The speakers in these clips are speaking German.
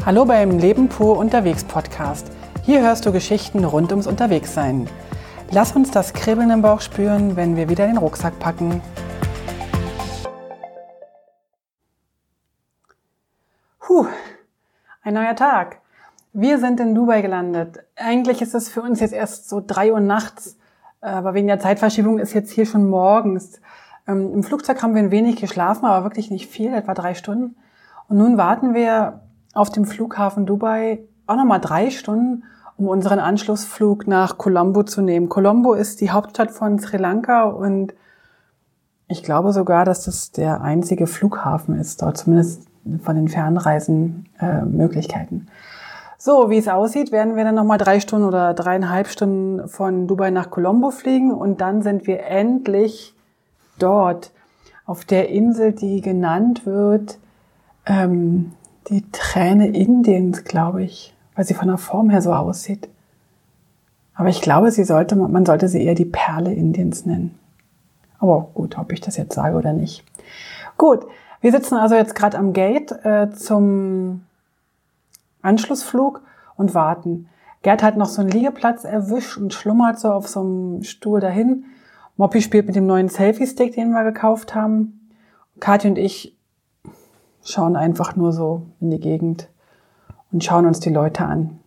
Hallo beim Leben pur unterwegs Podcast. Hier hörst du Geschichten rund ums Unterwegssein. Lass uns das Kribbeln im Bauch spüren, wenn wir wieder den Rucksack packen. Ein neuer Tag. Wir sind in Dubai gelandet. Eigentlich ist es für uns jetzt erst so 3 Uhr nachts, aber wegen der Zeitverschiebung ist jetzt hier schon morgens. Im Flugzeug haben wir ein wenig geschlafen, aber wirklich nicht viel, etwa 3 Stunden. Und nun warten wir auf dem Flughafen Dubai auch nochmal 3 Stunden, um unseren Anschlussflug nach Colombo zu nehmen. Colombo ist die Hauptstadt von Sri Lanka und ich glaube sogar, dass das der einzige Flughafen ist, dort zumindest von den Fernreisenmöglichkeiten. So, wie es aussieht, werden wir dann nochmal 3 Stunden oder 3,5 Stunden von Dubai nach Colombo fliegen und dann sind wir endlich dort auf der Insel, die genannt wird, die Träne Indiens, glaube ich, weil sie von der Form her so aussieht. Aber ich glaube, man sollte sie eher die Perle Indiens nennen. Aber gut, ob ich das jetzt sage oder nicht. Gut, wir sitzen also jetzt gerade am Gate zum Anschlussflug und warten. Gerd hat noch so einen Liegeplatz erwischt und schlummert so auf so einem Stuhl dahin. Moppi spielt mit dem neuen Selfie-Stick, den wir gekauft haben. Kathi und ich schauen einfach nur so in die Gegend und schauen uns die Leute an.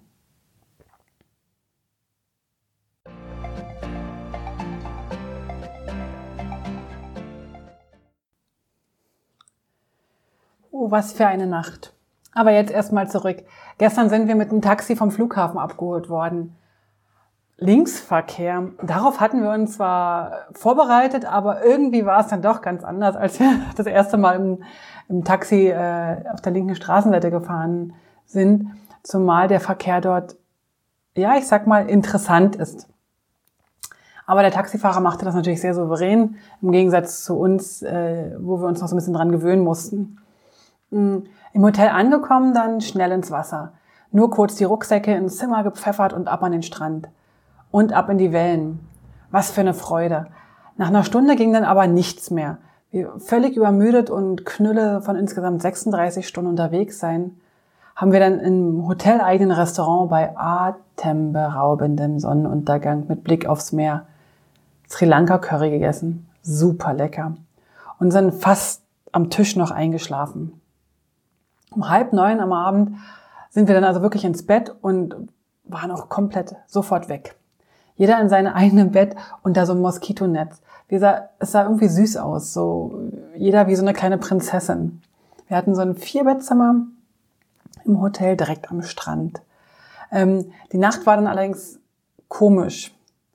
Oh, was für eine Nacht. Aber jetzt erstmal zurück. Gestern sind wir mit einem Taxi vom Flughafen abgeholt worden. Linksverkehr. Darauf hatten wir uns zwar vorbereitet, aber irgendwie war es dann doch ganz anders, als wir das erste Mal im Taxi auf der linken Straßenseite gefahren sind. Zumal der Verkehr dort, ja, ich sag mal, interessant ist. Aber der Taxifahrer machte das natürlich sehr souverän, im Gegensatz zu uns, wo wir uns noch so ein bisschen dran gewöhnen mussten. Im Hotel angekommen, dann schnell ins Wasser. Nur kurz die Rucksäcke ins Zimmer gepfeffert und ab an den Strand. Und ab in die Wellen. Was für eine Freude. Nach einer Stunde ging dann aber nichts mehr. Wir völlig übermüdet und Knülle von insgesamt 36 Stunden unterwegs sein, haben wir dann im hoteleigenen Restaurant bei atemberaubendem Sonnenuntergang mit Blick aufs Meer Sri Lanka Curry gegessen. Super lecker. Und sind fast am Tisch noch eingeschlafen. Um 8:30 am Abend sind wir dann also wirklich ins Bett und waren auch komplett sofort weg. Jeder in seinem eigenen Bett unter so einem Moskitonetz. Es sah irgendwie süß aus, so jeder wie so eine kleine Prinzessin. Wir hatten so ein 4-Bettzimmer im Hotel direkt am Strand. Die Nacht war dann allerdings komisch.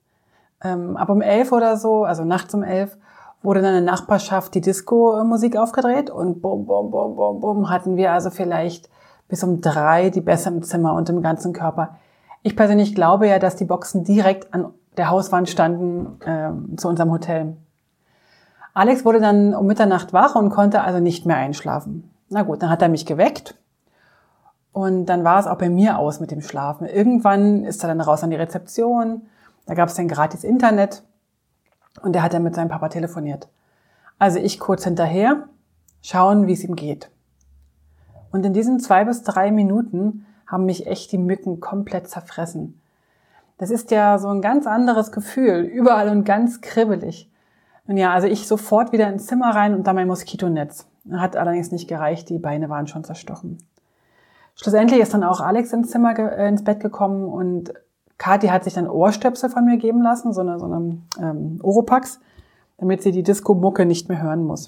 Ab um 11 oder so, also nachts um 11, wurde dann in der Nachbarschaft die Disco-Musik aufgedreht und bum, bum, bum, bum, bum, hatten wir also vielleicht bis um 3 die Bässe im Zimmer und im ganzen Körper. Ich persönlich glaube ja, dass die Boxen direkt an der Hauswand standen zu unserem Hotel. Alex wurde dann um Mitternacht wach und konnte also nicht mehr einschlafen. Na gut, dann hat er mich geweckt und dann war es auch bei mir aus mit dem Schlafen. Irgendwann ist er dann raus an die Rezeption, da gab es dann gratis Internet und er hat dann mit seinem Papa telefoniert. Also ich kurz hinterher, schauen, wie es ihm geht. Und in diesen 2 bis 3 Minuten haben mich echt die Mücken komplett zerfressen. Das ist ja so ein ganz anderes Gefühl, überall und ganz kribbelig. Und ja, also ich sofort wieder ins Zimmer rein und dann mein Moskitonetz. Hat allerdings nicht gereicht, die Beine waren schon zerstochen. Schlussendlich ist dann auch Alex ins Bett gekommen und Kathi hat sich dann Ohrstöpsel von mir geben lassen, so eine Oropax, damit sie die Disco-Mucke nicht mehr hören muss.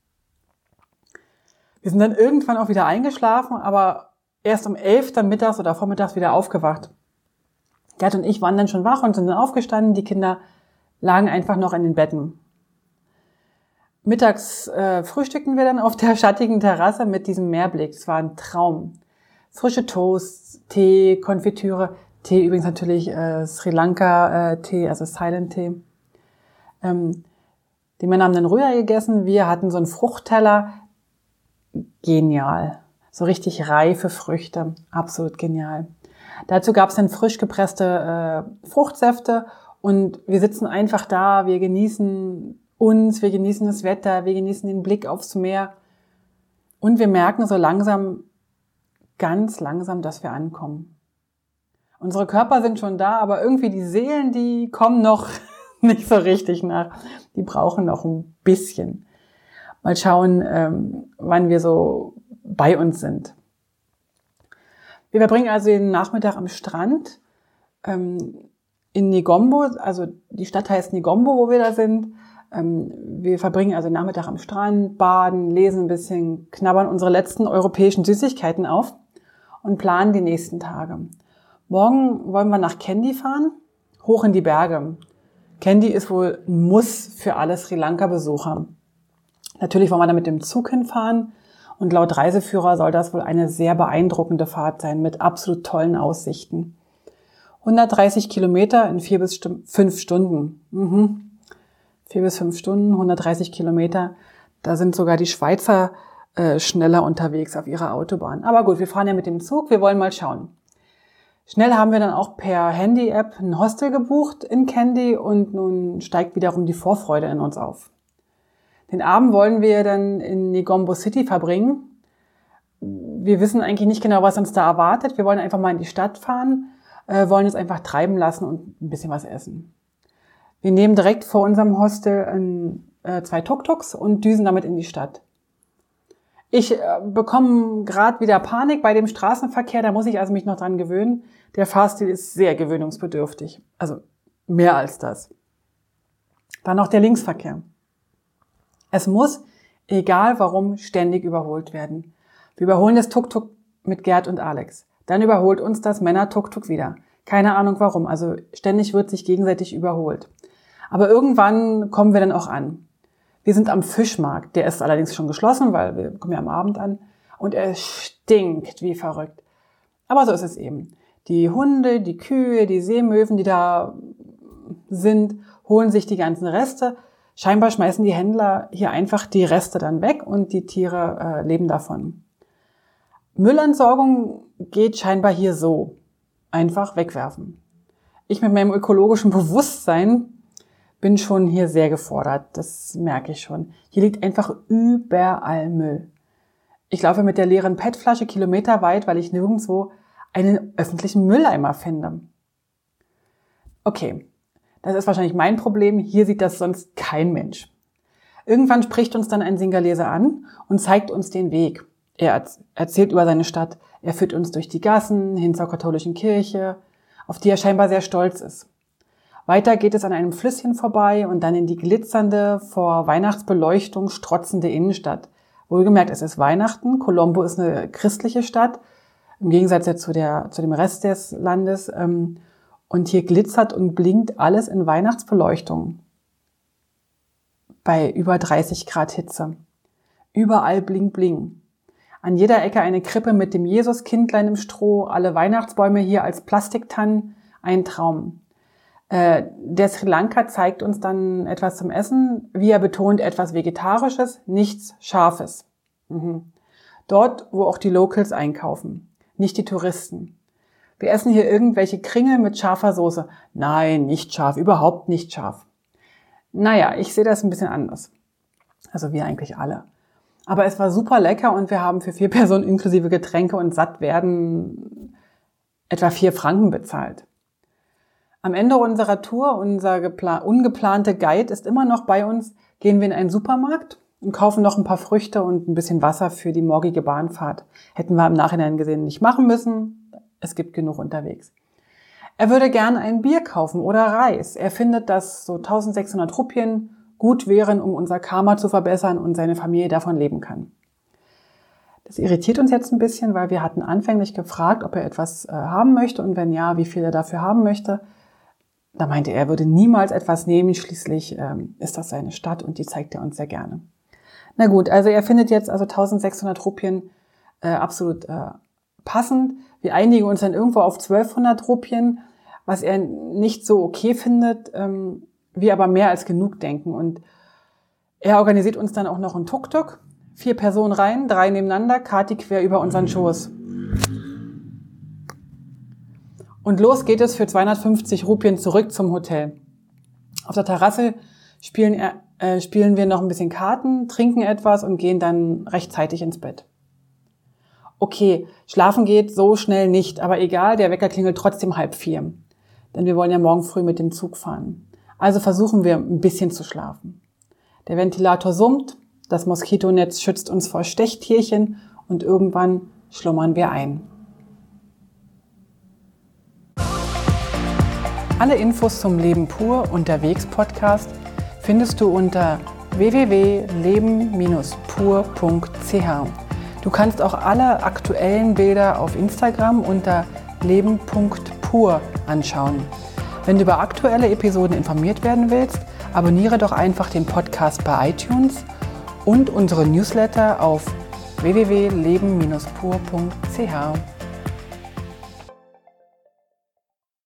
Wir sind dann irgendwann auch wieder eingeschlafen, aber erst um 11 dann mittags oder vormittags wieder aufgewacht. Gerd und ich waren dann schon wach und sind dann aufgestanden. Die Kinder lagen einfach noch in den Betten. Mittags frühstückten wir dann auf der schattigen Terrasse mit diesem Meerblick. Es war ein Traum. Frische Toast, Tee, Konfitüre. Tee übrigens natürlich Sri Lanka Tee, also Silent Tee. Die Männer haben dann Rührei gegessen. Wir hatten so einen Fruchtteller. Genial. So richtig reife Früchte. Absolut genial. Dazu gab es dann frisch gepresste Fruchtsäfte und wir sitzen einfach da, wir genießen uns, wir genießen das Wetter, wir genießen den Blick aufs Meer und wir merken so langsam, ganz langsam, dass wir ankommen. Unsere Körper sind schon da, aber irgendwie die Seelen, die kommen noch nicht so richtig nach. Die brauchen noch ein bisschen. Mal schauen, wann wir so bei uns sind. Wir verbringen also den Nachmittag am Strand in Negombo, also die Stadt heißt Negombo, wo wir da sind. Wir verbringen also den Nachmittag am Strand, baden, lesen ein bisschen, knabbern unsere letzten europäischen Süßigkeiten auf und planen die nächsten Tage. Morgen wollen wir nach Kandy fahren, hoch in die Berge. Kandy ist wohl ein Muss für alle Sri Lanka-Besucher. Natürlich wollen wir da mit dem Zug hinfahren und laut Reiseführer soll das wohl eine sehr beeindruckende Fahrt sein mit absolut tollen Aussichten. 130 Kilometer in 4 bis 5 Stunden. 4 bis 5 Stunden, 130 Kilometer. Da sind sogar die Schweizer schneller unterwegs auf ihrer Autobahn. Aber gut, wir fahren ja mit dem Zug, wir wollen mal schauen. Schnell haben wir dann auch per Handy-App ein Hostel gebucht in Kandy und nun steigt wiederum die Vorfreude in uns auf. Den Abend wollen wir dann in Negombo City verbringen. Wir wissen eigentlich nicht genau, was uns da erwartet. Wir wollen einfach mal in die Stadt fahren, wollen uns einfach treiben lassen und ein bisschen was essen. Wir nehmen direkt vor unserem Hostel 2 Tuk-Tuks und düsen damit in die Stadt. Ich bekomme gerade wieder Panik bei dem Straßenverkehr, da muss ich also mich noch dran gewöhnen. Der Fahrstil ist sehr gewöhnungsbedürftig, also mehr als das. Dann noch der Linksverkehr. Es muss, egal warum, ständig überholt werden. Wir überholen das Tuk-Tuk mit Gerd und Alex. Dann überholt uns das Männer-Tuk-Tuk wieder. Keine Ahnung warum, also ständig wird sich gegenseitig überholt. Aber irgendwann kommen wir dann auch an. Wir sind am Fischmarkt, der ist allerdings schon geschlossen, weil wir kommen ja am Abend an. Und er stinkt wie verrückt. Aber so ist es eben. Die Hunde, die Kühe, die Seemöwen, die da sind, holen sich die ganzen Reste. Scheinbar schmeißen die Händler hier einfach die Reste dann weg und die Tiere leben davon. Müllentsorgung geht scheinbar hier so. Einfach wegwerfen. Ich mit meinem ökologischen Bewusstsein bin schon hier sehr gefordert, das merke ich schon. Hier liegt einfach überall Müll. Ich laufe mit der leeren PET-Flasche kilometerweit, weil ich nirgendwo einen öffentlichen Mülleimer finde. Okay, das ist wahrscheinlich mein Problem, hier sieht das sonst kein Mensch. Irgendwann spricht uns dann ein Singalese an und zeigt uns den Weg. Er erzählt über seine Stadt, er führt uns durch die Gassen hin zur katholischen Kirche, auf die er scheinbar sehr stolz ist. Weiter geht es an einem Flüsschen vorbei und dann in die glitzernde, vor Weihnachtsbeleuchtung strotzende Innenstadt. Wohlgemerkt, es ist Weihnachten. Colombo ist eine christliche Stadt, im Gegensatz zu dem Rest des Landes. Und hier glitzert und blinkt alles in Weihnachtsbeleuchtung. Bei über 30 Grad Hitze. Überall bling bling. An jeder Ecke eine Krippe mit dem Jesuskindlein im Stroh, alle Weihnachtsbäume hier als Plastiktannen. Ein Traum. Der Sri Lanka zeigt uns dann etwas zum Essen. Wie er betont, etwas Vegetarisches, nichts Scharfes. Dort, wo auch die Locals einkaufen, nicht die Touristen. Wir essen hier irgendwelche Kringel mit scharfer Soße. Nein, nicht scharf, überhaupt nicht scharf. Naja, ich sehe das ein bisschen anders. Also wir eigentlich alle. Aber es war super lecker und wir haben für 4 Personen inklusive Getränke und Sattwerden etwa 4 Franken bezahlt. Am Ende unserer Tour, unser ungeplante Guide ist immer noch bei uns, gehen wir in einen Supermarkt und kaufen noch ein paar Früchte und ein bisschen Wasser für die morgige Bahnfahrt. Hätten wir im Nachhinein gesehen nicht machen müssen, es gibt genug unterwegs. Er würde gerne ein Bier kaufen oder Reis. Er findet, dass so 1600 Rupien gut wären, um unser Karma zu verbessern und seine Familie davon leben kann. Das irritiert uns jetzt ein bisschen, weil wir hatten anfänglich gefragt, ob er etwas haben möchte und wenn ja, wie viel er dafür haben möchte. Da meinte er, er würde niemals etwas nehmen, schließlich ist das seine Stadt und die zeigt er uns sehr gerne. Na gut, also er findet jetzt also 1600 Rupien absolut passend. Wir einigen uns dann irgendwo auf 1200 Rupien, was er nicht so okay findet, wir aber mehr als genug denken. Und er organisiert uns dann auch noch ein Tuk-Tuk, 4 Personen rein, 3 nebeneinander, Kati quer über unseren Schoß. Und los geht es für 250 Rupien zurück zum Hotel. Auf der Terrasse spielen wir noch ein bisschen Karten, trinken etwas und gehen dann rechtzeitig ins Bett. okay, schlafen geht so schnell nicht, aber egal, der Wecker klingelt trotzdem 3:30. Denn wir wollen ja morgen früh mit dem Zug fahren. Also versuchen wir ein bisschen zu schlafen. Der Ventilator summt, das Moskitonetz schützt uns vor Stechtierchen und irgendwann schlummern wir ein. Alle Infos zum Leben pur unterwegs Podcast findest du unter www.leben-pur.ch. Du kannst auch alle aktuellen Bilder auf Instagram unter leben.pur anschauen. Wenn du über aktuelle Episoden informiert werden willst, abonniere doch einfach den Podcast bei iTunes und unsere Newsletter auf www.leben-pur.ch.